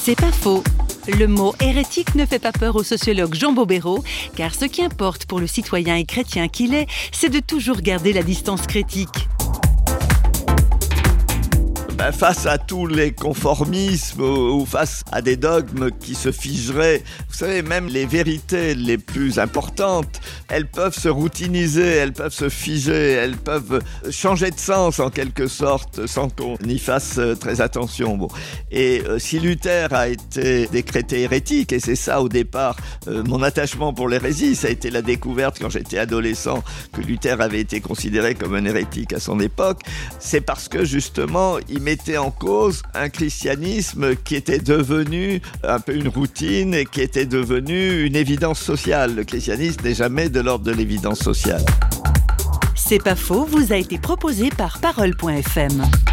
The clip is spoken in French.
C'est pas faux. Le mot hérétique ne fait pas peur au sociologue Jean Bobéro, car ce qui importe pour le citoyen et chrétien qu'il est, c'est de toujours garder la distance critique. Face à tous les conformismes ou face à des dogmes qui se figeraient, vous savez, même les vérités les plus importantes, elles peuvent se routiniser, elles peuvent se figer, elles peuvent changer de sens en quelque sorte sans qu'on y fasse très attention. Bon. Et si Luther a été décrété hérétique, et c'est ça au départ mon attachement pour l'hérésie, ça a été la découverte quand j'étais adolescent que Luther avait été considéré comme un hérétique à son époque, c'est parce que justement il mettait en cause un christianisme qui était devenu un peu une routine et qui était devenu une évidence sociale. Le christianisme n'est jamais de l'ordre de l'évidence sociale. C'est pas faux vous a été proposé par Parole.fm.